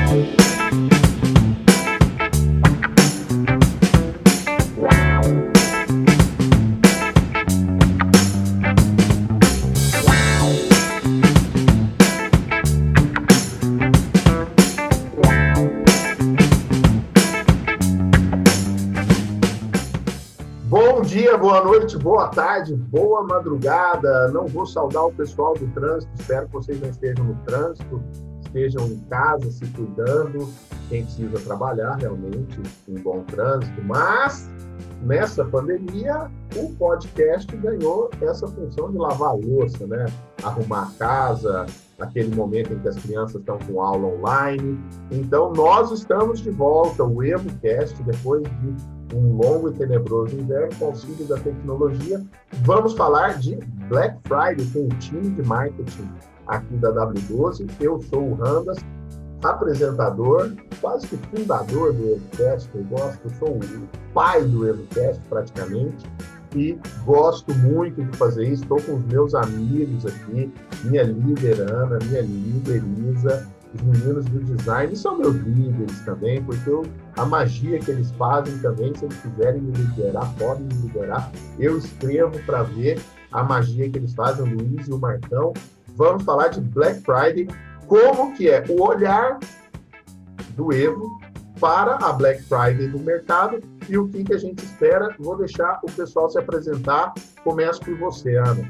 Bom dia, boa noite, boa tarde, boa madrugada. Não vou saudar o pessoal do trânsito, espero que vocês não estejam no trânsito, estejam em casa, se cuidando. Quem precisa trabalhar, realmente, um bom trânsito. Mas, nessa pandemia, o podcast ganhou essa função de lavar a louça, né? Arrumar a casa, aquele momento em que as crianças estão com aula online. Então, nós estamos de volta, o EvoCast, depois de um longo e tenebroso inverno, com auxílio da tecnologia. Vamos falar de Black Friday com o time de marketing aqui da W12. Eu sou o Randas, apresentador, quase que fundador do EvoCast. Eu sou o pai do EvoCast, praticamente, e gosto muito de fazer isso. Estou com os meus amigos aqui, minha líder Ana, minha líder Isa, os meninos do design são meus líderes também, porque a magia que eles fazem também, se eles quiserem me liderar, podem me liderar. Eu escrevo para ver a magia que eles fazem, o Luiz e o Marcão. Vamos falar de Black Friday, como que é o olhar do Evo para a Black Friday do mercado e o que a gente espera. Vou deixar o pessoal se apresentar. Começo por você, Ana.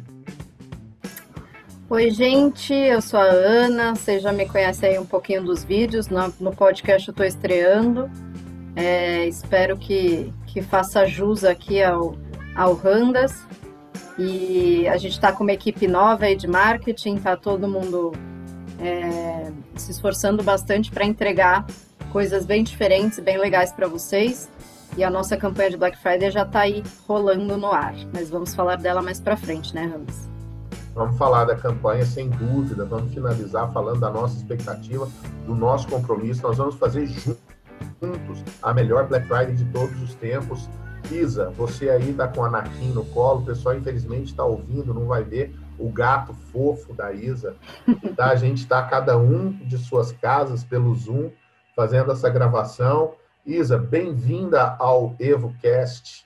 Oi, gente, eu sou a Ana, vocês já me conhecem aí um pouquinho dos vídeos, no podcast eu estou estreando, espero que faça jus aqui ao Randas, e a gente está com uma equipe nova aí de marketing, está todo mundo se esforçando bastante para entregar coisas bem diferentes, bem legais para vocês, e a nossa campanha de Black Friday já está aí rolando no ar, mas vamos falar dela mais para frente, né, Randas? Vamos falar da campanha, sem dúvida. Vamos finalizar falando da nossa expectativa, do nosso compromisso. Nós vamos fazer juntos a melhor Black Friday de todos os tempos. Isa, você aí está com a Anakin no colo. O pessoal, infelizmente, está ouvindo, não vai ver o gato fofo da Isa. Tá? A gente está, cada um de suas casas, pelo Zoom, fazendo essa gravação. Isa, bem-vinda ao EvoCast.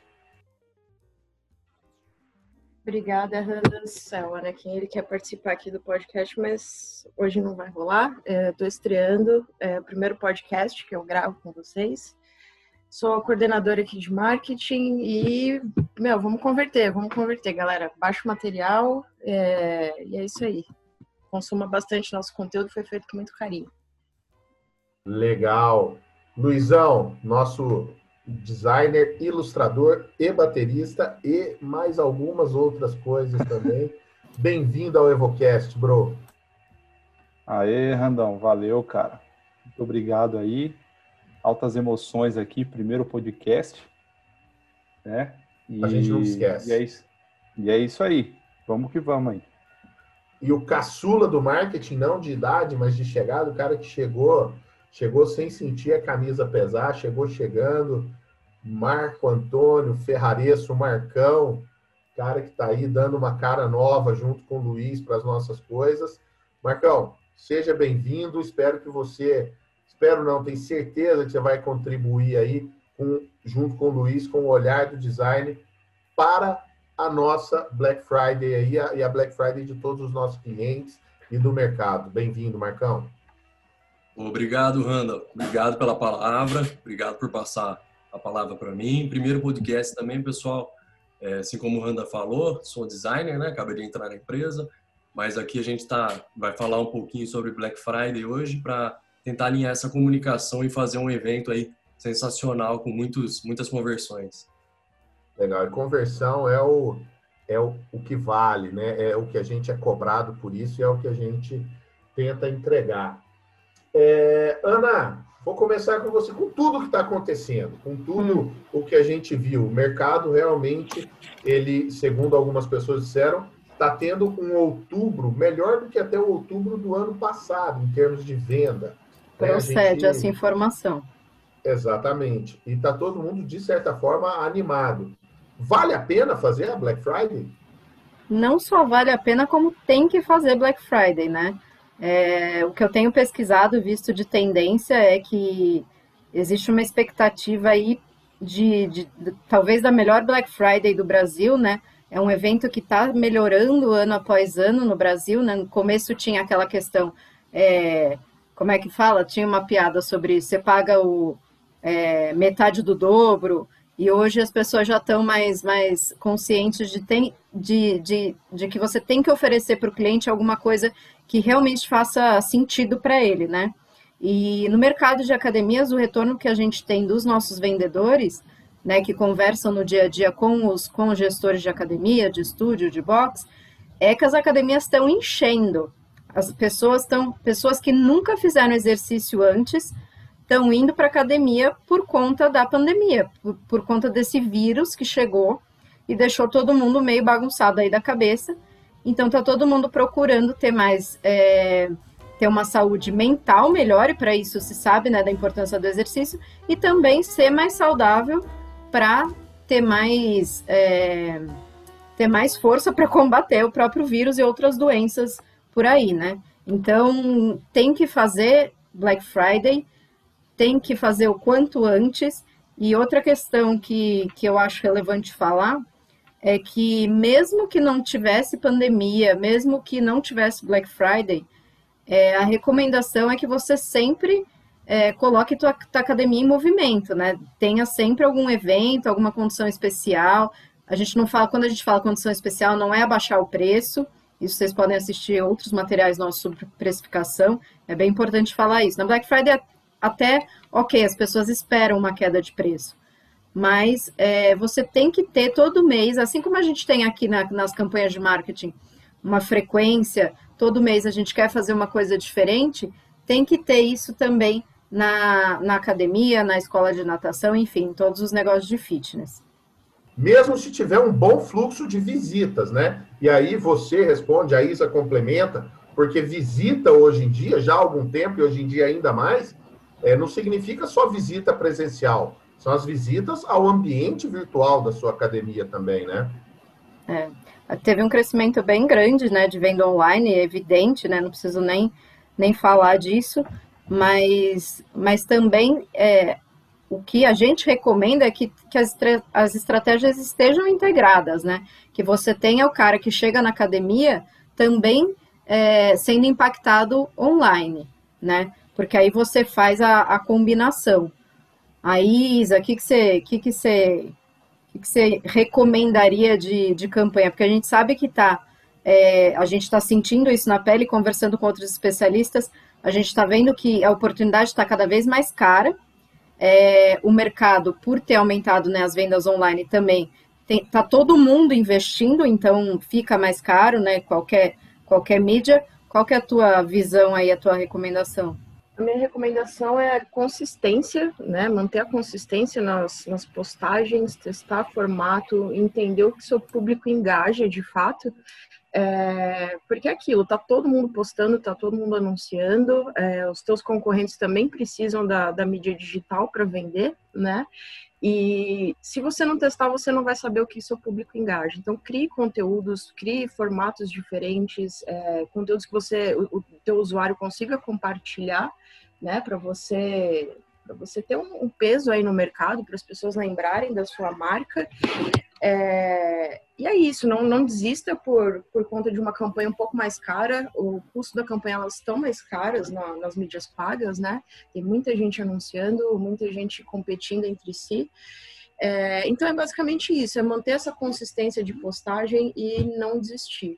Obrigada, Randas. O Anakin, ele quer participar aqui do podcast, mas hoje não vai rolar. Estou estreando o primeiro podcast que eu gravo com vocês. Sou a coordenadora aqui de marketing e, vamos converter, galera. Baixa o material e é isso aí. Consuma bastante nosso conteúdo, foi feito com muito carinho. Legal. Luizão, nosso designer, ilustrador e baterista e mais algumas outras coisas também. Bem-vindo ao EvoCast, bro. Aê, Randão, valeu, cara. Muito obrigado aí. Altas emoções aqui, primeiro podcast, né? A gente não esquece. E é isso aí. Vamos que vamos aí. E o caçula do marketing, não de idade, mas de chegada, o cara que chegou sem sentir a camisa pesar, chegando, Marco Antônio Ferraresso, Marcão, cara que está aí dando uma cara nova junto com o Luiz para as nossas coisas. Marcão, seja bem-vindo, tenho certeza que você vai contribuir aí junto com o Luiz, com o olhar do design para a nossa Black Friday aí, e a Black Friday de todos os nossos clientes e do mercado. Bem-vindo, Marcão. Obrigado, Randa. Obrigado pela palavra. Obrigado por passar a palavra para mim. Primeiro podcast também, pessoal. Assim como o Randa falou, sou designer, né? Acabei de entrar na empresa, mas aqui a gente vai falar um pouquinho sobre Black Friday hoje para tentar alinhar essa comunicação e fazer um evento aí sensacional com muitas conversões. Legal. E conversão é o que vale, né? É o que a gente é cobrado por isso e é o que a gente tenta entregar. Ana, vou começar com você, com tudo que está acontecendo, com tudo o que a gente viu. O mercado realmente, ele, segundo algumas pessoas disseram, está tendo um outubro melhor do que até o outubro do ano passado, em termos de venda. Procede essa informação. Exatamente. E está todo mundo, de certa forma, animado. Vale a pena fazer a Black Friday? Não só vale a pena, como tem que fazer Black Friday, né? O que eu tenho pesquisado e visto de tendência é que existe uma expectativa aí de talvez da melhor Black Friday do Brasil, né? É um evento que está melhorando ano após ano no Brasil, né? No começo tinha aquela questão, como é que fala? Tinha uma piada sobre você paga metade do dobro, e hoje as pessoas já estão mais conscientes de que você tem que oferecer para o cliente alguma coisa que realmente faça sentido para ele, né? E no mercado de academias, o retorno que a gente tem dos nossos vendedores, né, que conversam no dia a dia com os gestores de academia, de estúdio, de box, é que as academias estão enchendo. As pessoas que nunca fizeram exercício antes, estão indo para a academia por conta da pandemia, por conta desse vírus que chegou e deixou todo mundo meio bagunçado aí da cabeça. Então, está todo mundo procurando ter uma saúde mental melhor, e para isso se sabe, né, da importância do exercício, e também ser mais saudável para ter mais força para combater o próprio vírus e outras doenças por aí, né? Então, tem que fazer Black Friday, tem que fazer o quanto antes. E outra questão que eu acho relevante falar é que mesmo que não tivesse pandemia, mesmo que não tivesse Black Friday, a recomendação é que você sempre coloque tua academia em movimento, né? Tenha sempre algum evento, alguma condição especial. Quando a gente fala condição especial, não é abaixar o preço. Isso vocês podem assistir outros materiais nossos sobre precificação. É bem importante falar isso. Na Black Friday até, ok, as pessoas esperam uma queda de preço. Mas você tem que ter todo mês, assim como a gente tem aqui nas campanhas de marketing, uma frequência, todo mês a gente quer fazer uma coisa diferente, tem que ter isso também na academia, na escola de natação, enfim, todos os negócios de fitness. Mesmo se tiver um bom fluxo de visitas, né? E aí você responde, a Isa complementa, porque visita hoje em dia, já há algum tempo, e hoje em dia ainda mais, não significa só visita presencial, são as visitas ao ambiente virtual da sua academia também, né? Teve um crescimento bem grande, né, de venda online, é evidente, né, não preciso nem falar disso, mas também o que a gente recomenda é que as estratégias estejam integradas, né, que você tenha o cara que chega na academia também sendo impactado online, né, porque aí você faz a combinação. Aí, Isa, o que você recomendaria de campanha? Porque a gente sabe que a gente está sentindo isso na pele, conversando com outros especialistas, a gente está vendo que a oportunidade está cada vez mais cara, o mercado, por ter aumentado, né, as vendas online também, está todo mundo investindo, então fica mais caro, né, qualquer mídia. Qual que é a tua visão aí, a tua recomendação? A minha recomendação é a consistência, né? Manter a consistência nas postagens, testar formato, entender o que seu público engaja de fato. Porque é aquilo, tá todo mundo postando, tá todo mundo anunciando, os teus concorrentes também precisam da mídia digital para vender, né? E se você não testar, você não vai saber o que seu público engaja. Então, crie conteúdos, crie formatos diferentes, conteúdos que o teu usuário consiga compartilhar, né? Para você ter um peso aí no mercado, para as pessoas lembrarem da sua marca. E é isso, não desista por conta de uma campanha um pouco mais cara. O custo da campanha, elas estão mais caras nas mídias pagas, né? Tem muita gente anunciando, muita gente competindo entre si. Então é basicamente isso, é manter essa consistência de postagem e não desistir.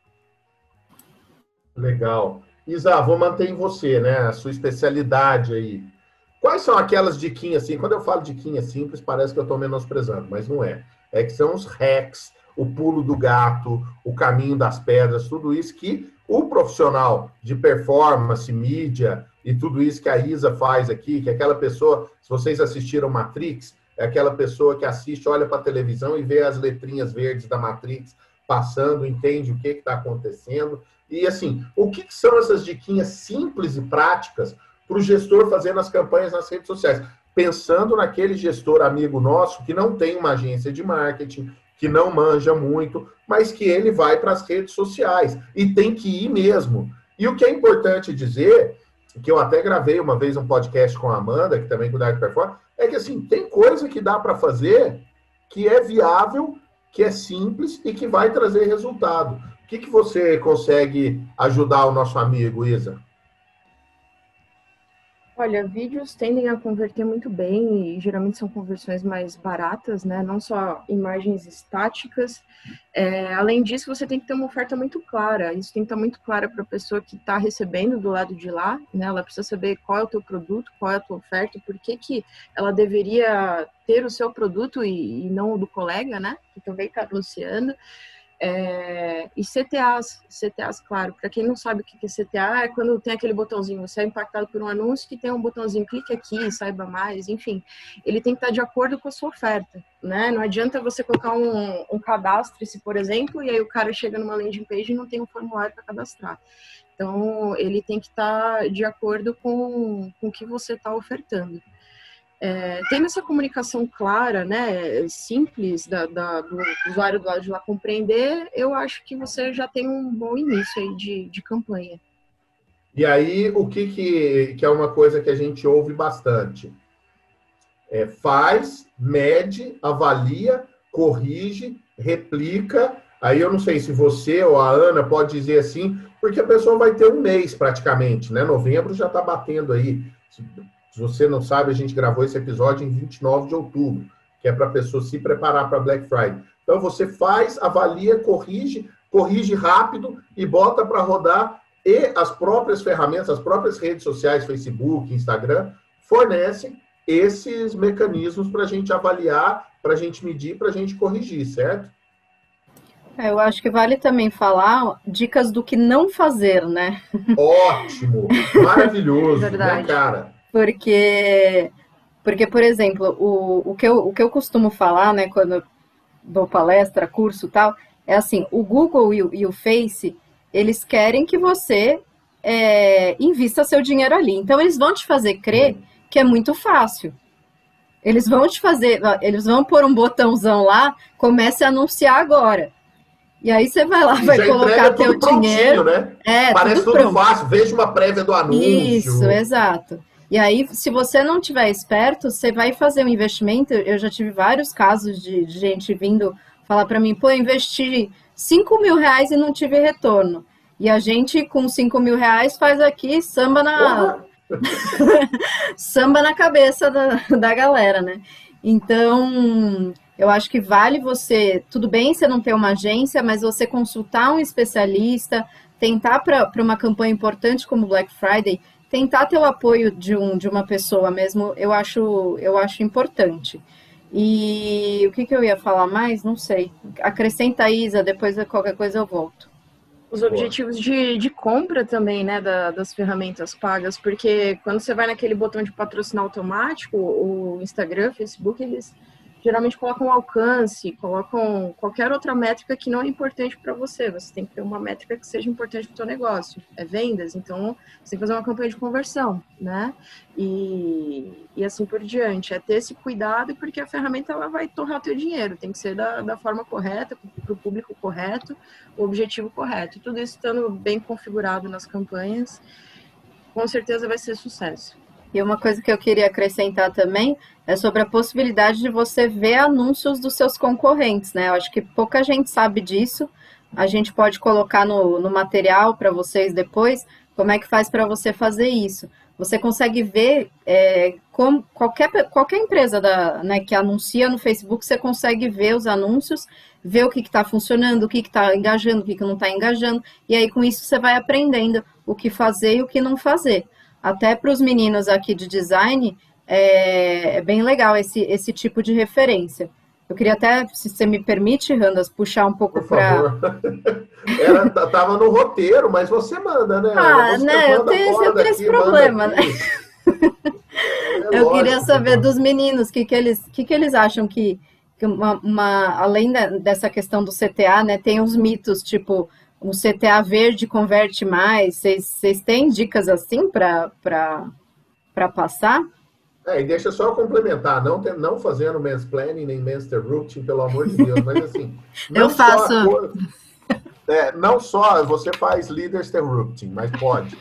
Legal. Isa, vou manter em você, né? A sua especialidade aí. Quais são aquelas diquinhas assim? Quando eu falo diquinha simples, parece que eu estou menosprezando, mas não é. É que são os hacks, o pulo do gato, o caminho das pedras, tudo isso que o profissional de performance, mídia e tudo isso que a Isa faz aqui, que aquela pessoa, se vocês assistiram Matrix, é aquela pessoa que assiste, olha para a televisão e vê as letrinhas verdes da Matrix passando, entende o que está acontecendo. E assim, o que são essas diquinhas simples e práticas para o gestor fazendo as campanhas nas redes sociais? Pensando naquele gestor amigo nosso que não tem uma agência de marketing, que não manja muito, mas que ele vai para as redes sociais e tem que ir mesmo. E o que é importante dizer, que eu até gravei uma vez um podcast com a Amanda, que também cuida de performance, é que assim, tem coisa que dá para fazer que é viável, que é simples e que vai trazer resultado. O que você consegue ajudar o nosso amigo, Isa? Olha, vídeos tendem a converter muito bem e geralmente são conversões mais baratas, né? Não só imagens estáticas. Além disso, você tem que ter uma oferta muito clara. Isso tem que estar muito claro para a pessoa que está recebendo do lado de lá, né? Ela precisa saber qual é o teu produto, qual é a tua oferta, por que ela deveria ter o seu produto e não o do colega, né? Que também está anunciando. E CTAs, claro, para quem não sabe o que é CTA, é quando tem aquele botãozinho, você é impactado por um anúncio que tem um botãozinho, clique aqui, saiba mais, enfim, ele tem que estar de acordo com a sua oferta, né? Não adianta você colocar um cadastre-se, por exemplo, e aí o cara chega numa landing page e não tem um formulário para cadastrar. Então, ele tem que estar de acordo com o que você está ofertando. Tendo essa comunicação clara, né, simples do usuário do lado de lá compreender, eu acho que você já tem um bom início aí de campanha. E aí, o que é uma coisa que a gente ouve bastante? Faz, mede, avalia, corrige, replica. Aí eu não sei se você ou a Ana pode dizer assim, porque a pessoa vai ter um mês praticamente, né? Novembro já está batendo aí. Se você não sabe, a gente gravou esse episódio em 29 de outubro, que é para a pessoa se preparar para Black Friday. Então, você faz, avalia, corrige rápido e bota para rodar. E as próprias ferramentas, as próprias redes sociais, Facebook, Instagram, fornecem esses mecanismos para a gente avaliar, para a gente medir, para a gente corrigir, certo? Eu acho que vale também falar dicas do que não fazer, né? Ótimo! Maravilhoso, Verdade. Né, cara? Porque, por exemplo, o que eu costumo falar, né, quando eu dou palestra, curso e tal, é assim, o Google e o Face, eles querem que você invista seu dinheiro ali. Então, eles vão te fazer crer que é muito fácil. Eles vão pôr um botãozão lá, comece a anunciar agora. E aí você vai lá, vai colocar teu dinheiro. Né? Parece tudo fácil, veja uma prévia do anúncio. Isso, exato. E aí, se você não tiver esperto, você vai fazer um investimento. Eu já tive vários casos de gente vindo falar para mim, pô, eu investi 5 mil reais e não tive retorno. E a gente, com 5 mil reais, faz aqui samba samba na cabeça da galera, né? Então, eu acho que vale você, tudo bem você não ter uma agência, mas você consultar um especialista, tentar para uma campanha importante como Black Friday, tentar ter o apoio de uma pessoa mesmo, eu acho importante. E o que eu ia falar mais? Não sei. Acrescenta, Isa, depois de qualquer coisa eu volto. Os objetivos de compra também, né, das ferramentas pagas, porque quando você vai naquele botão de patrocinar automático, o Instagram, Facebook, eles geralmente colocam alcance, colocam qualquer outra métrica que não é importante para você. Você tem que ter uma métrica que seja importante para o seu negócio. É vendas, então você tem que fazer uma campanha de conversão, né? E assim por diante. É ter esse cuidado, porque a ferramenta ela vai torrar o teu dinheiro. Tem que ser da forma correta, para o público correto, o objetivo correto. E tudo isso estando bem configurado nas campanhas, com certeza vai ser sucesso. E uma coisa que eu queria acrescentar também é sobre a possibilidade de você ver anúncios dos seus concorrentes, né? Eu acho que pouca gente sabe disso. A gente pode colocar no material para vocês depois como é que faz para você fazer isso. Você consegue ver como qualquer empresa né, que anuncia no Facebook, você consegue ver os anúncios, ver o que está funcionando, o que está engajando, o que não está engajando. E aí, com isso, você vai aprendendo o que fazer e o que não fazer. Até para os meninos aqui de design, é bem legal esse tipo de referência. Eu queria até, se você me permite, Randas, puxar um pouco para... Estava no roteiro, mas você manda, né? Eu tenho esse problema, né? Eu queria saber dos meninos, o que eles acham que além dessa questão do CTA, né, tem uns mitos, tipo... Um CTA verde converte mais. Vocês têm dicas assim para passar? E deixa só eu complementar, não fazendo mansplaining nem manspreading, pelo amor de Deus, mas assim... Eu faço. Não só você faz Leaders Interrupting, mas pode.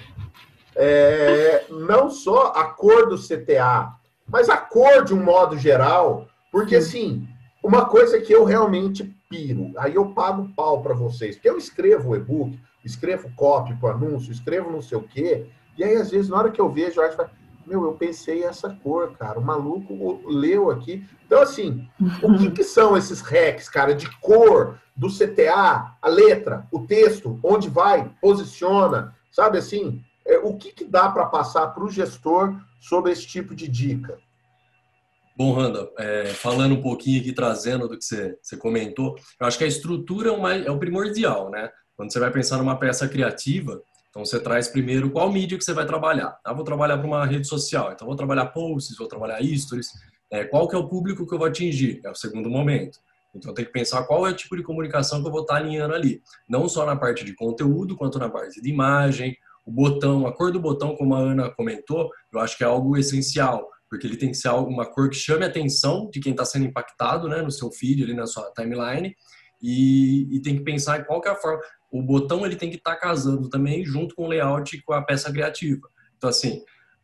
Não só a cor do CTA, mas a cor de um modo geral, porque assim, uma coisa que eu realmente piro, aí eu pago pau para vocês, porque eu escrevo o e-book, escrevo copy para anúncio, escrevo não sei o quê, e aí às vezes na hora que eu vejo, eu acho, eu pensei essa cor, cara, o maluco leu aqui. Então assim, o que são esses hacks, cara, de cor do CTA, a letra, o texto, onde vai, posiciona, sabe assim? O que dá para passar para o gestor sobre esse tipo de dica? Bom, Randa, falando um pouquinho aqui, trazendo do que você comentou, eu acho que a estrutura é o primordial, né? Quando você vai pensar numa peça criativa, então você traz primeiro qual mídia que você vai trabalhar. Vou trabalhar para uma rede social, então vou trabalhar posts, vou trabalhar stories. Qual que é o público que eu vou atingir? É o segundo momento. Então tem que pensar qual é o tipo de comunicação que eu vou estar alinhando ali. Não só na parte de conteúdo, quanto na parte de imagem, o botão, a cor do botão, como a Ana comentou, eu acho que é algo essencial, porque ele tem que ser uma cor que chame a atenção de quem está sendo impactado, né, no seu feed, ali na sua timeline, e tem que pensar em qual que é a forma. O botão ele tem que estar casando também junto com o layout e com a peça criativa. Então, assim,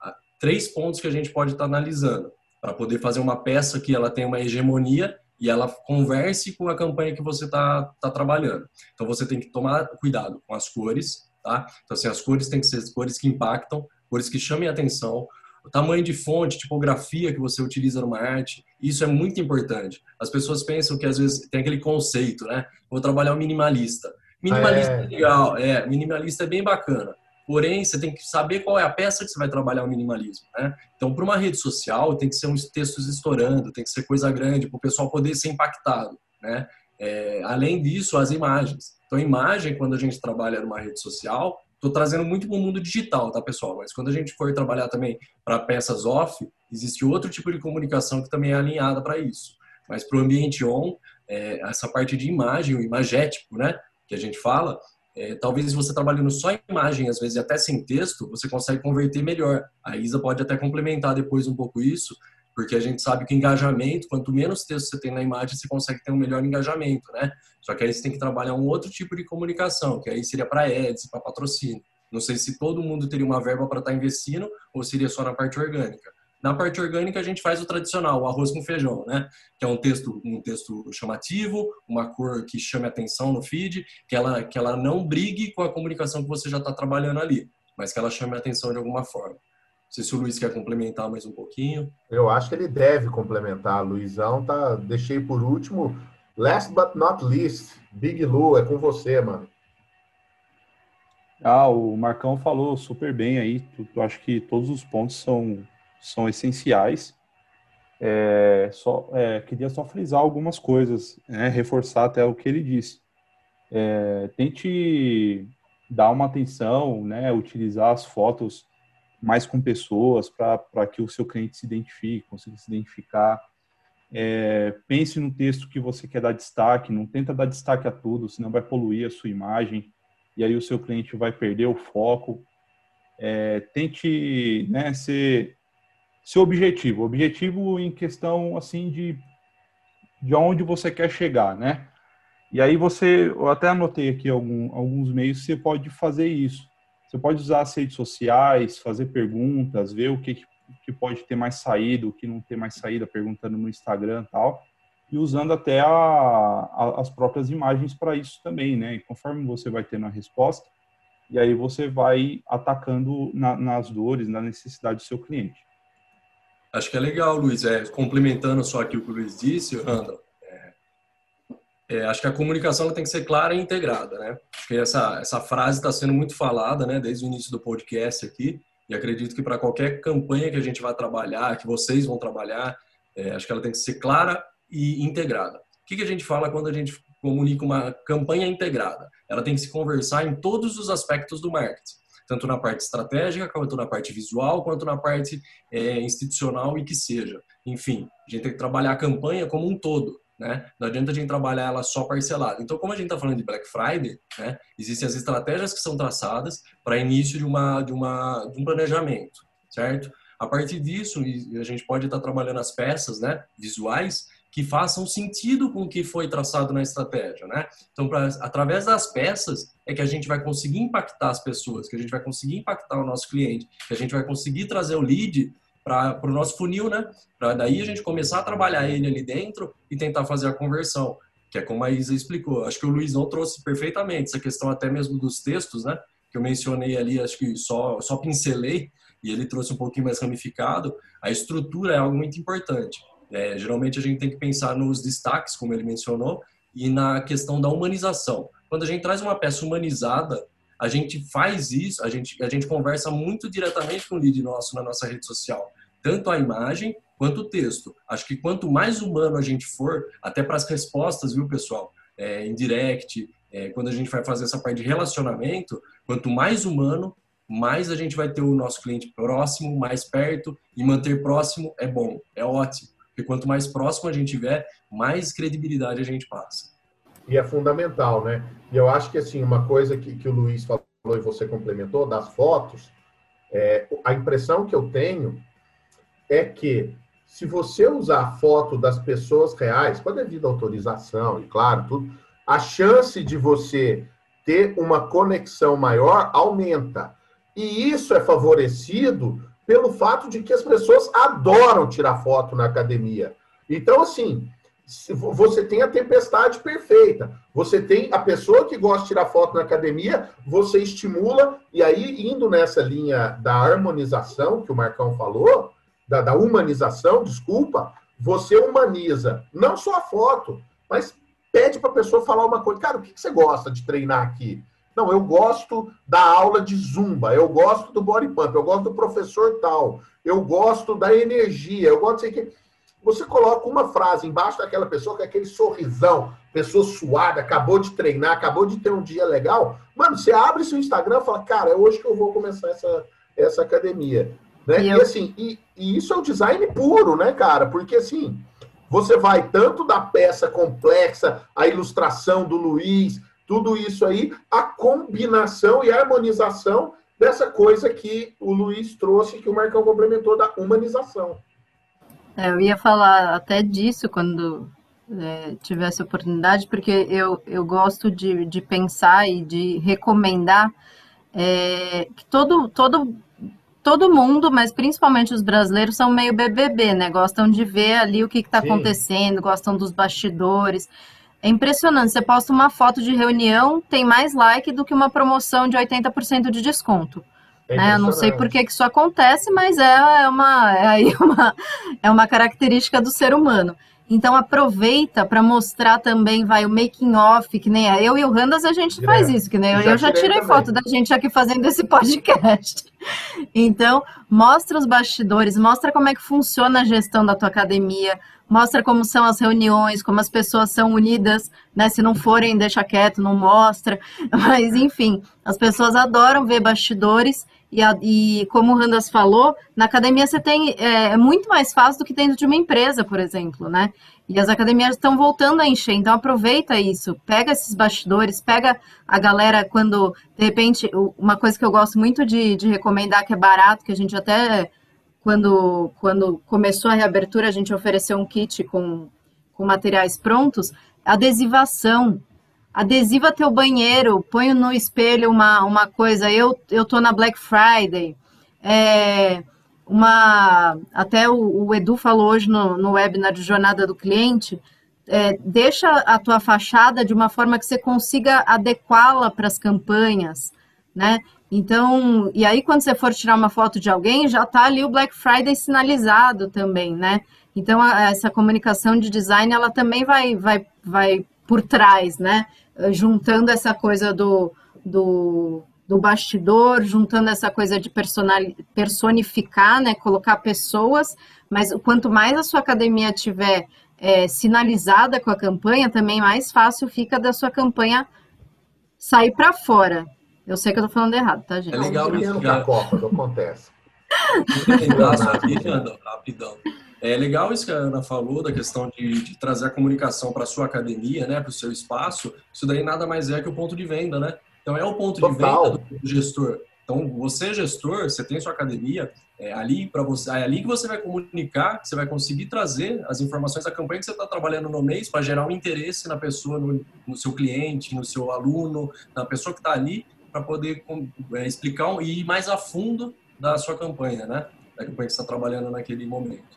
3 pontos que a gente pode estar analisando para poder fazer uma peça que ela tenha uma hegemonia e ela converse com a campanha que você está trabalhando. Então, você tem que tomar cuidado com as cores, tá? Então, assim, as cores têm que ser cores que impactam, cores que chamem a atenção, o tamanho de fonte, tipografia que você utiliza numa arte, isso é muito importante. As pessoas pensam que às vezes tem aquele conceito, né? Vou trabalhar o minimalista. Minimalista é legal, minimalista é bem bacana. Porém, você tem que saber qual é a peça que você vai trabalhar o minimalismo, né? Então, para uma rede social, tem que ser uns textos estourando, tem que ser coisa grande, para o pessoal poder ser impactado, né? Além disso, as imagens. Então, a imagem, quando a gente trabalha numa rede social, estou trazendo muito para o mundo digital, tá, pessoal? Mas quando a gente for trabalhar também para peças off, existe outro tipo de comunicação que também é alinhada para isso. Mas para o ambiente on, essa parte de imagem, o imagético, né, que a gente fala, talvez você trabalhando só em imagem, às vezes até sem texto, você consegue converter melhor. A Isa pode até complementar depois um pouco isso, porque a gente sabe que o engajamento, quanto menos texto você tem na imagem, você consegue ter um melhor engajamento, né? Só que aí você tem que trabalhar um outro tipo de comunicação, que aí seria para ads, para patrocínio. Não sei se todo mundo teria uma verba para estar investindo ou seria só na parte orgânica. Na parte orgânica, a gente faz o tradicional, o arroz com feijão, né? Que é um texto chamativo, uma cor que chame atenção no feed, que ela não brigue com a comunicação que você já está trabalhando ali, mas que ela chame atenção de alguma forma. Não sei se o Luiz quer complementar mais um pouquinho. Eu acho que ele deve complementar. Luizão, deixei por último. Last but not least, Big Lu, é com você, mano. O Marcão falou super bem aí. Eu acho que todos os pontos são essenciais. Queria só frisar algumas coisas, né, reforçar até o que ele disse. Tente dar uma atenção, né, utilizar as fotos mais com pessoas para que o seu cliente se identifique, consiga se identificar. Pense no texto que você quer dar destaque, não tenta dar destaque a tudo, senão vai poluir a sua imagem e aí o seu cliente vai perder o foco. Tente, né, ser objetivo em questão assim de onde você quer chegar, né? E aí eu até anotei aqui alguns meios que você pode fazer isso. Você pode usar as redes sociais, fazer perguntas, ver o que pode ter mais saída, o que não tem mais saída, perguntando no Instagram e tal, e usando até as próprias imagens para isso também, né? E conforme você vai tendo a resposta, e aí você vai atacando nas dores, na necessidade do seu cliente. Acho que é legal, Luiz. Complementando só aqui o que o Luiz disse, Randall, acho que a comunicação ela tem que ser clara e integrada, né? Acho que essa frase está sendo muito falada, né, desde o início do podcast aqui, e acredito que para qualquer campanha que a gente vai trabalhar, que vocês vão trabalhar, acho que ela tem que ser clara e integrada. O que a gente fala quando a gente comunica uma campanha integrada? Ela tem que se conversar em todos os aspectos do marketing, tanto na parte estratégica, quanto na parte visual, quanto na parte institucional e que seja. Enfim, a gente tem que trabalhar a campanha como um todo, né? Não adianta a gente trabalhar ela só parcelada. Então, como a gente está falando de Black Friday, né, existem as estratégias que são traçadas para início de um planejamento, certo? A partir disso, a gente pode estar trabalhando as peças, né, visuais, que façam sentido com o que foi traçado na estratégia, né? Então, através das peças é que a gente vai conseguir impactar as pessoas, que a gente vai conseguir impactar o nosso cliente, que a gente vai conseguir trazer o lead para o nosso funil, né? Para daí a gente começar a trabalhar ele ali dentro e tentar fazer a conversão, que é como a Isa explicou. Acho que o Luizão trouxe perfeitamente essa questão até mesmo dos textos, né? Que eu mencionei ali, acho que só pincelei, e ele trouxe um pouquinho mais ramificado. A estrutura é algo muito importante. Geralmente a gente tem que pensar nos destaques, como ele mencionou, e na questão da humanização. Quando a gente traz uma peça humanizada, a gente faz isso, a gente conversa muito diretamente com o lead nosso na nossa rede social, tanto a imagem quanto o texto. Acho que quanto mais humano a gente for, até para as respostas, viu, pessoal? Em direct, quando a gente vai fazer essa parte de relacionamento, quanto mais humano, mais a gente vai ter o nosso cliente próximo, mais perto, e manter próximo é bom, é ótimo. Porque quanto mais próximo a gente tiver, mais credibilidade a gente passa. E é fundamental, né? E eu acho que, assim, uma coisa que o Luiz falou e você complementou, das fotos, a impressão que eu tenho é que, se você usar a foto das pessoas reais, com a devida autorização, e claro, tudo, a chance de você ter uma conexão maior aumenta. E isso é favorecido pelo fato de que as pessoas adoram tirar foto na academia. Então, assim, você tem a tempestade perfeita. Você tem a pessoa que gosta de tirar foto na academia, você estimula, e aí, indo nessa linha da harmonização que o Marcão falou, da humanização, desculpa, você humaniza não só a foto, mas pede para a pessoa falar uma coisa. Cara, o que você gosta de treinar aqui? Não, eu gosto da aula de zumba, eu gosto do body pump, eu gosto do professor tal, eu gosto da energia, eu gosto de sei que. Você coloca uma frase embaixo daquela pessoa com aquele sorrisão, pessoa suada, acabou de treinar, acabou de ter um dia legal. Mano, você abre seu Instagram e fala, cara, é hoje que eu vou começar essa academia. Né? E assim, e isso é o design puro, né, cara? Porque assim, você vai tanto da peça complexa, a ilustração do Luiz, tudo isso aí, a combinação e a harmonização dessa coisa que o Luiz trouxe, que o Marcão complementou, da humanização. Eu ia falar até disso quando tivesse oportunidade, porque eu gosto de pensar e de recomendar que todo mundo, mas principalmente os brasileiros, são meio BBB, né? Gostam de ver ali o que está acontecendo, gostam dos bastidores. É impressionante, você posta uma foto de reunião, tem mais like do que uma promoção de 80% de desconto. Né? Eu não sei por que isso acontece, mas é uma característica do ser humano. Então aproveita para mostrar também, o making off, que nem eu e o Randas a gente faz isso, que nem eu já tirei foto da gente aqui fazendo esse podcast. Então, mostra os bastidores, mostra como é que funciona a gestão da tua academia, mostra como são as reuniões, como as pessoas são unidas, né? Se não forem, deixa quieto, não mostra. Mas, enfim, as pessoas adoram ver bastidores. E como o Randas falou, na academia você tem é muito mais fácil do que dentro de uma empresa, por exemplo, né? E as academias estão voltando a encher, então aproveita isso, pega esses bastidores, pega a galera quando, de repente, uma coisa que eu gosto muito de recomendar, que é barato, que a gente até, quando começou a reabertura, a gente ofereceu um kit com materiais prontos, adesivação. Adesiva teu banheiro, põe no espelho uma coisa, eu tô na Black Friday, até o Edu falou hoje no webinar de jornada do cliente, deixa a tua fachada de uma forma que você consiga adequá-la para as campanhas, né? Então, e aí quando você for tirar uma foto de alguém, já tá ali o Black Friday sinalizado também, né? Então, essa comunicação de design, ela também vai por trás, né? Juntando essa coisa do bastidor, juntando essa coisa de personificar, né? Colocar pessoas, mas quanto mais a sua academia tiver sinalizada com a campanha, também mais fácil fica da sua campanha sair para fora. Eu sei que eu tô falando errado, tá, gente? É legal isso, na Copa, não acontece. Rapidão. É legal isso que a Ana falou, da questão de trazer a comunicação para a sua academia, né, para o seu espaço. Isso daí nada mais é que o ponto de venda, né? Então é o ponto de venda do gestor. Então, você, gestor, você tem sua academia, é ali que você vai comunicar, que você vai conseguir trazer as informações da campanha que você está trabalhando no mês para gerar um interesse na pessoa, no seu cliente, no seu aluno, na pessoa que está ali, para poder explicar e ir mais a fundo da sua campanha, né? Da campanha que você está trabalhando naquele momento.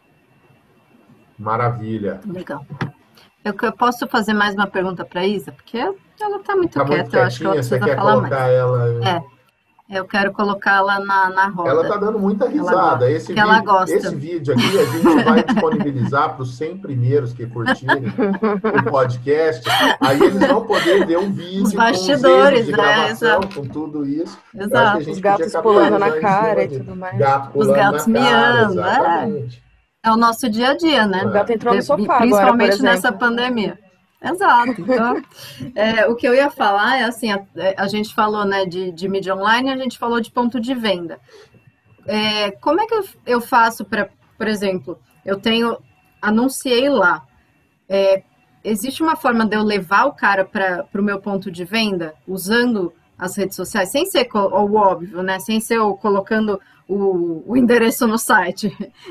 Maravilha. Legal. Eu posso fazer mais uma pergunta para a Isa? Porque ela está muito Tá muito quieta, eu acho que ela quietinha, você precisa quer falar colocar mais. ela... Eu quero colocá-la na roda. Ela tá dando muita risada. Ela gosta. Esse vídeo aqui a gente vai disponibilizar para os 100 primeiros que curtirem o podcast. Aí eles vão poder ver um vídeo Os com bastidores, os erros de gravação, exato. com tudo isso. Exato. Os gatos pulando na cara e tudo mais. Os gatos miando, exatamente. É o nosso dia a dia, né? O gato entrou no sofá principalmente agora, por exemplo. nessa pandemia. Exato. Então, o que eu ia falar é assim, a gente falou, né, de mídia online, a gente falou de ponto de venda. Como é que eu faço para, por exemplo, anunciei lá, existe uma forma de eu levar o cara para o meu ponto de venda usando as redes sociais, sem ser o óbvio, né, sem ser colocando o endereço no site.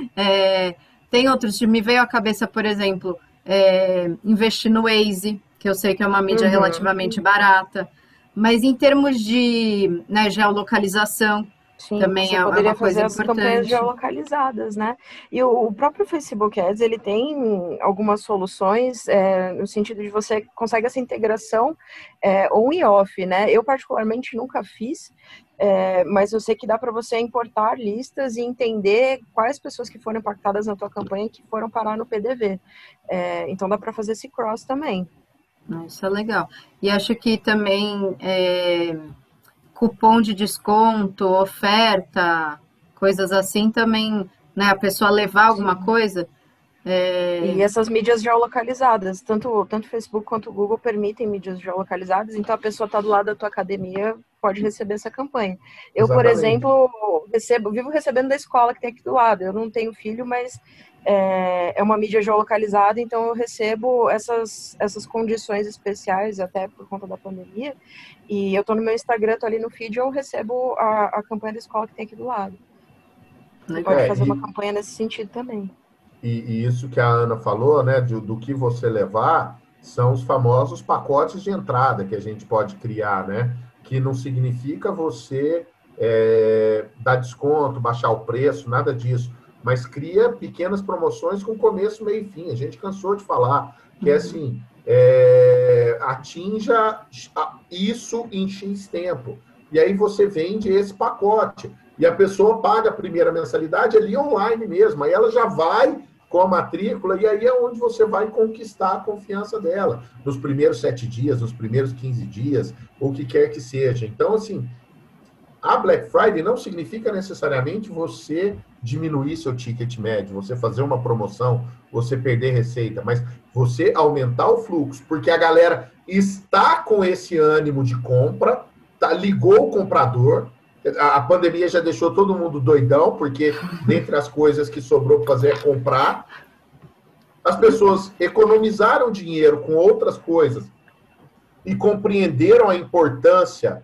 Tem outros, me veio à cabeça, por exemplo, investir no Waze, que eu sei que é uma mídia relativamente barata, mas em termos de, né, geolocalização, sim, também você é poderia uma coisa fazer as campanhas importante. geolocalizadas, né? E o próprio Facebook Ads, ele tem algumas soluções no sentido de você consegue essa integração on e off, né? Eu particularmente nunca fiz, mas eu sei que dá para você importar listas e entender quais pessoas que foram impactadas na tua campanha que foram parar no PDV. Então dá para fazer esse cross também. Isso é legal. E acho que também cupom de desconto, oferta, coisas assim também, né? A pessoa levar alguma coisa. E essas mídias geolocalizadas, tanto o Facebook quanto o Google permitem mídias geolocalizadas, então a pessoa está do lado da tua academia, pode receber essa campanha. Eu, Exatamente. por exemplo, vivo recebendo da escola que tem aqui do lado. Eu não tenho filho, mas é uma mídia geolocalizada, então eu recebo essas condições especiais, até por conta da pandemia, e eu estou no meu Instagram, estou ali no feed, eu recebo a campanha da escola que tem aqui do lado. Você pode fazer uma campanha nesse sentido também. E isso que a Ana falou, né, do que você levar, são os famosos pacotes de entrada que a gente pode criar, né? Que não significa você dar desconto, baixar o preço, nada disso. Mas cria pequenas promoções com começo, meio e fim. A gente cansou de falar que é assim, atinja isso em X tempo. E aí você vende esse pacote. E a pessoa paga a primeira mensalidade ali online mesmo. Aí ela já vai com a matrícula, e aí é onde você vai conquistar a confiança dela. Nos primeiros 7 dias, nos primeiros 15 dias, o que quer que seja. Então, assim, a Black Friday não significa necessariamente você diminuir seu ticket médio, você fazer uma promoção, você perder receita, mas você aumentar o fluxo, porque a galera está com esse ânimo de compra, ligou o comprador. A pandemia já deixou todo mundo doidão, porque dentre as coisas que sobrou para fazer é comprar. As pessoas economizaram dinheiro com outras coisas e compreenderam a importância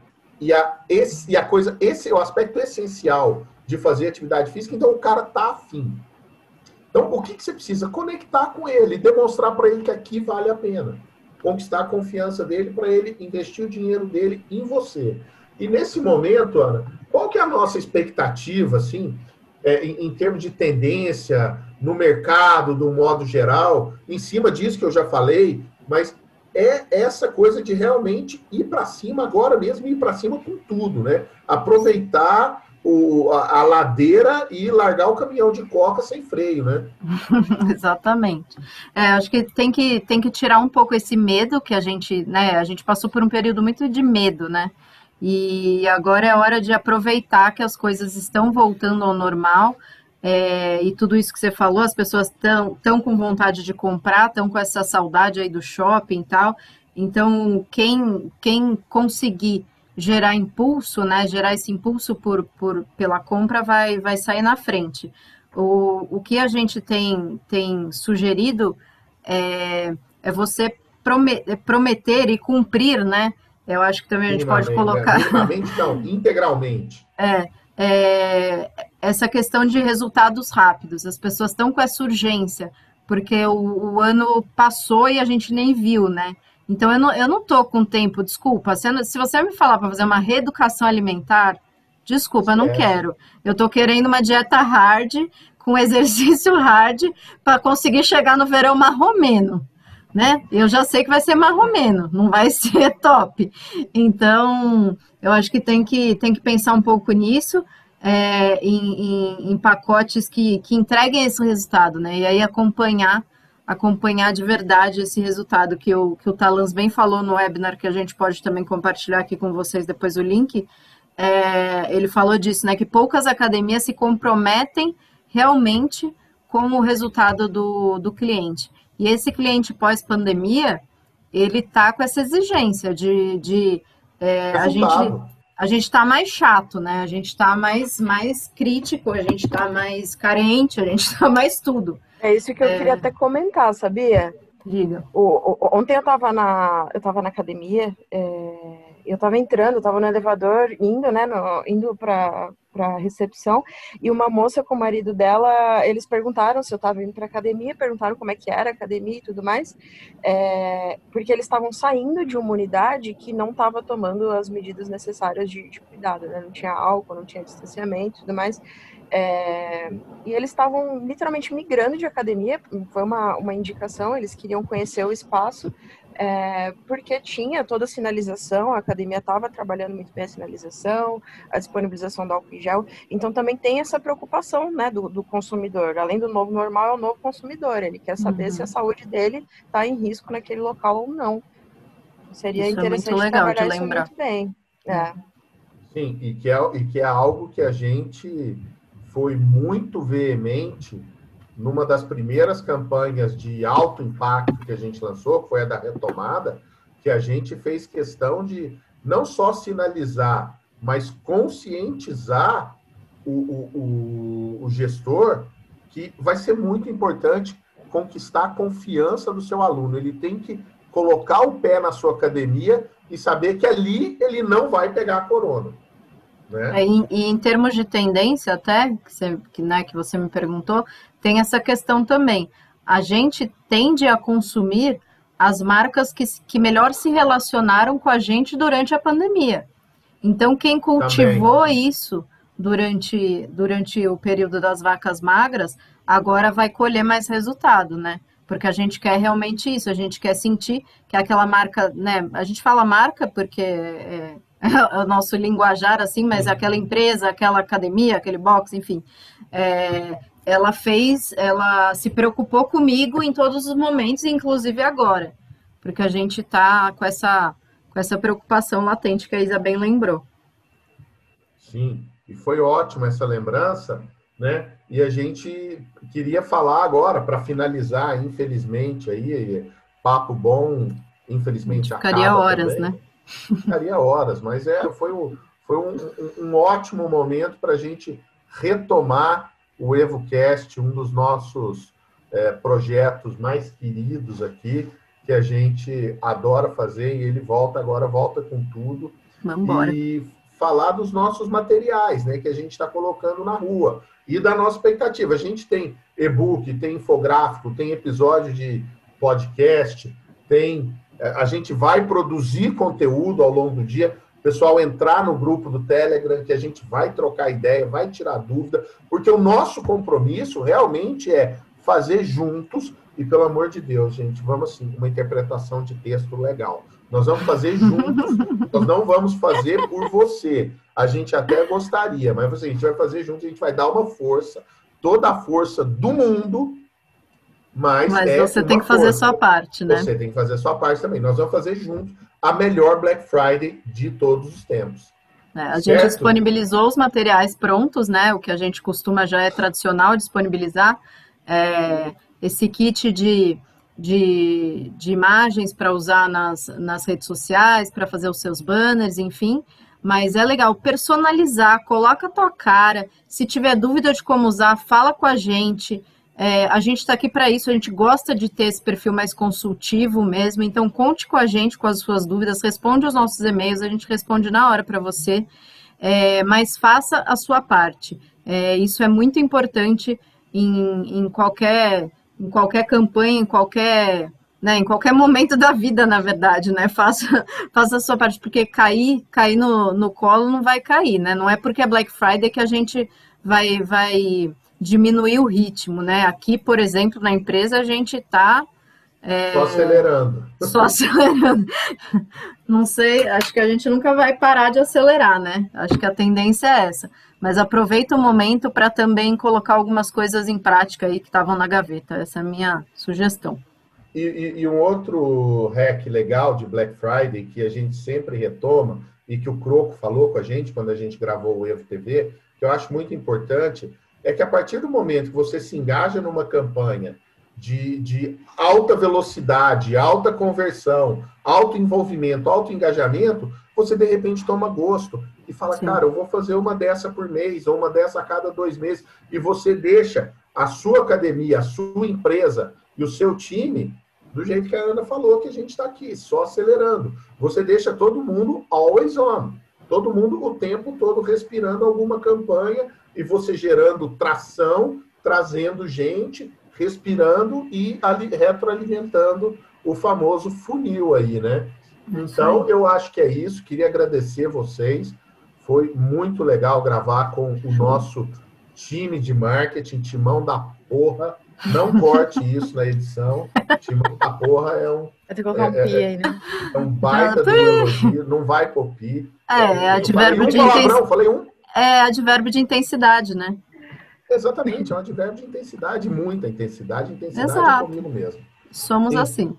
esse é o aspecto essencial de fazer atividade física, então o cara tá afim. Então, o que você precisa? Conectar com ele, demonstrar para ele que aqui vale a pena. Conquistar a confiança dele para ele investir o dinheiro dele em você. E nesse momento, Ana, qual que é a nossa expectativa, assim, em termos de tendência no mercado, do modo geral, em cima disso que eu já falei, mas é essa coisa de realmente ir para cima agora mesmo, ir para cima com tudo, né? Aproveitar a ladeira e largar o caminhão de coca sem freio, né? Exatamente. Acho que tem que tirar um pouco esse medo que a gente, né? A gente passou por um período muito de medo, né? E agora é hora de aproveitar que as coisas estão voltando ao normal, e tudo isso que você falou, as pessoas estão com vontade de comprar, estão com essa saudade aí do shopping e tal. Então, quem conseguir gerar impulso, né, gerar esse impulso pela compra vai sair na frente. O que a gente tem sugerido é você prometer e cumprir, né? Eu acho que também a gente pode colocar... Minimamente, não, integralmente. essa questão de resultados rápidos. As pessoas estão com essa urgência, porque o ano passou e a gente nem viu, né? Então, eu não tô com tempo, desculpa. Se você me falar para fazer uma reeducação alimentar, desculpa, eu não quero. Eu tô querendo uma dieta hard, com exercício hard, para conseguir chegar no verão marromeno, né? Eu já sei que vai ser marromeno, não vai ser top. Então, eu acho que tem que pensar um pouco nisso, em pacotes que entreguem esse resultado, né? E aí acompanhar de verdade esse resultado que o Talans bem falou no webinar, que a gente pode também compartilhar aqui com vocês depois o link. Ele falou disso, né? Que poucas academias se comprometem realmente com o resultado do cliente. E esse cliente pós-pandemia, ele tá com essa exigência de a gente está mais chato, né? A gente está mais crítico, a gente está mais carente, a gente está mais tudo. É isso que eu queria até comentar, sabia? Diga. Ontem eu tava na academia, eu tava no elevador, indo pra recepção, e uma moça com o marido dela, eles perguntaram se eu tava indo pra academia, perguntaram como é que era a academia e tudo mais, porque eles estavam saindo de uma unidade que não estava tomando as medidas necessárias de cuidado, né? Não tinha álcool, não tinha distanciamento e tudo mais. E eles estavam literalmente migrando de academia, foi uma indicação, eles queriam conhecer o espaço, porque tinha toda a sinalização, a academia estava trabalhando muito bem a sinalização, a disponibilização do álcool em gel, então também tem essa preocupação, né, do consumidor, além do novo normal, é o novo consumidor, ele quer saber se a saúde dele está em risco naquele local ou não. Seria isso interessante muito legal trabalhar de isso lembrar. muito bem. Sim, e que é algo que a gente foi muito veemente numa das primeiras campanhas de alto impacto que a gente lançou, que foi a da retomada, que a gente fez questão de não só sinalizar, mas conscientizar o gestor que vai ser muito importante conquistar a confiança do seu aluno. Ele tem que colocar o pé na sua academia e saber que ali ele não vai pegar a corona. Né? E em termos de tendência até, que você me perguntou, tem essa questão também. A gente tende a consumir as marcas que melhor se relacionaram com a gente durante a pandemia. Então, quem cultivou isso durante o período das vacas magras, agora vai colher mais resultado, né? Porque a gente quer realmente isso, a gente quer sentir que aquela marca, né? A gente fala marca porque é o nosso linguajar, assim, mas aquela empresa, aquela academia, aquele box, enfim, ela se preocupou comigo em todos os momentos, inclusive agora, porque a gente está com essa preocupação latente que a Isa bem lembrou. Sim, e foi ótima essa lembrança, né? E a gente queria falar agora, para finalizar, infelizmente, aí, papo bom, infelizmente ficaria horas, também. Né? Ficaria horas, mas foi um ótimo momento para a gente retomar o EvoCast, um dos nossos projetos mais queridos aqui, que a gente adora fazer, e ele volta com tudo. Vamos embora. E falar dos nossos materiais, né, que a gente está colocando na rua, e da nossa expectativa. A gente tem e-book, tem infográfico, tem episódio de podcast, a gente vai produzir conteúdo ao longo do dia, o pessoal entrar no grupo do Telegram, que a gente vai trocar ideia, vai tirar dúvida, porque o nosso compromisso realmente é fazer juntos, e pelo amor de Deus, gente, vamos assim, uma interpretação de texto legal. Nós vamos fazer juntos, nós não vamos fazer por você. A gente até gostaria, mas assim, a gente vai fazer juntos, a gente vai dar uma força, toda a força do mundo, mas você tem que fazer a sua parte, né? Você tem que fazer a sua parte também. Nós vamos fazer juntos a melhor Black Friday de todos os tempos. A gente disponibilizou os materiais prontos, né? O que a gente costuma, já é tradicional disponibilizar. Esse kit de imagens para usar nas redes sociais, para fazer os seus banners, enfim. Mas é legal personalizar, coloca a tua cara. Se tiver dúvida de como usar, fala com a gente. A gente está aqui para isso, a gente gosta de ter esse perfil mais consultivo mesmo, então conte com a gente com as suas dúvidas, responde os nossos e-mails, a gente responde na hora para você. mas faça a sua parte. Isso é muito importante em qualquer campanha, em qualquer momento da vida, na verdade, né? Faça a sua parte, porque cair no colo não vai cair, né? Não é porque é Black Friday que a gente vai diminuir o ritmo, né? Aqui, por exemplo, na empresa, a gente está só acelerando. Só acelerando. Não sei, acho que a gente nunca vai parar de acelerar, né? Acho que a tendência é essa. Mas aproveita o momento para também colocar algumas coisas em prática aí que estavam na gaveta. Essa é a minha sugestão. E um outro hack legal de Black Friday que a gente sempre retoma e que o Croco falou com a gente quando a gente gravou o Evo TV, que eu acho muito importante, é que a partir do momento que você se engaja numa campanha de alta velocidade, alta conversão, alto envolvimento, alto engajamento, você de repente toma gosto e fala, sim, cara, eu vou fazer uma dessa por mês, ou uma dessa a cada 2 meses, e você deixa a sua academia, a sua empresa e o seu time do jeito que a Ana falou, que a gente está aqui, só acelerando. Você deixa todo mundo always on, todo mundo o tempo todo respirando alguma campanha e você gerando tração, trazendo gente, respirando e retroalimentando o famoso funil aí, né? Então, eu acho que é isso. Queria agradecer vocês. Foi muito legal gravar com o nosso time de marketing, timão da porra. Não corte isso na edição. Timão da porra é um... Vai ter que colocar um pi aí, né? É um baita do elogio. Não vai copiar. Advérbio de intensidade. Falei um? Advérbio de intensidade, né? Exatamente, é um advérbio de intensidade, muita intensidade. Intensidade Exato. É comigo mesmo. Somos assim.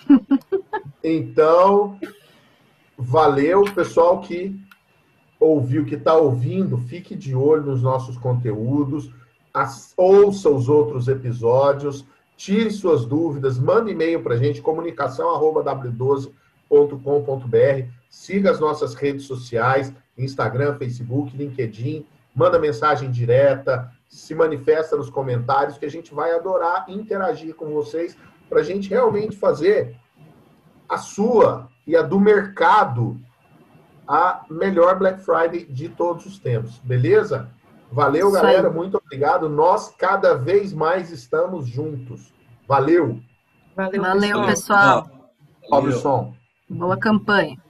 Então, valeu, pessoal que ouviu, que está ouvindo, fique de olho nos nossos conteúdos, ouça os outros episódios, tire suas dúvidas, manda e-mail para a gente, comunicação@w12.com.br, siga as nossas redes sociais, Instagram, Facebook, LinkedIn, manda mensagem direta, se manifesta nos comentários, que a gente vai adorar interagir com vocês para a gente realmente fazer a sua e a do mercado a melhor Black Friday de todos os tempos. Beleza? Valeu, isso galera. Aí. Muito obrigado. Nós cada vez mais estamos juntos. Valeu. Valeu pessoal. Sobe o som. Boa campanha.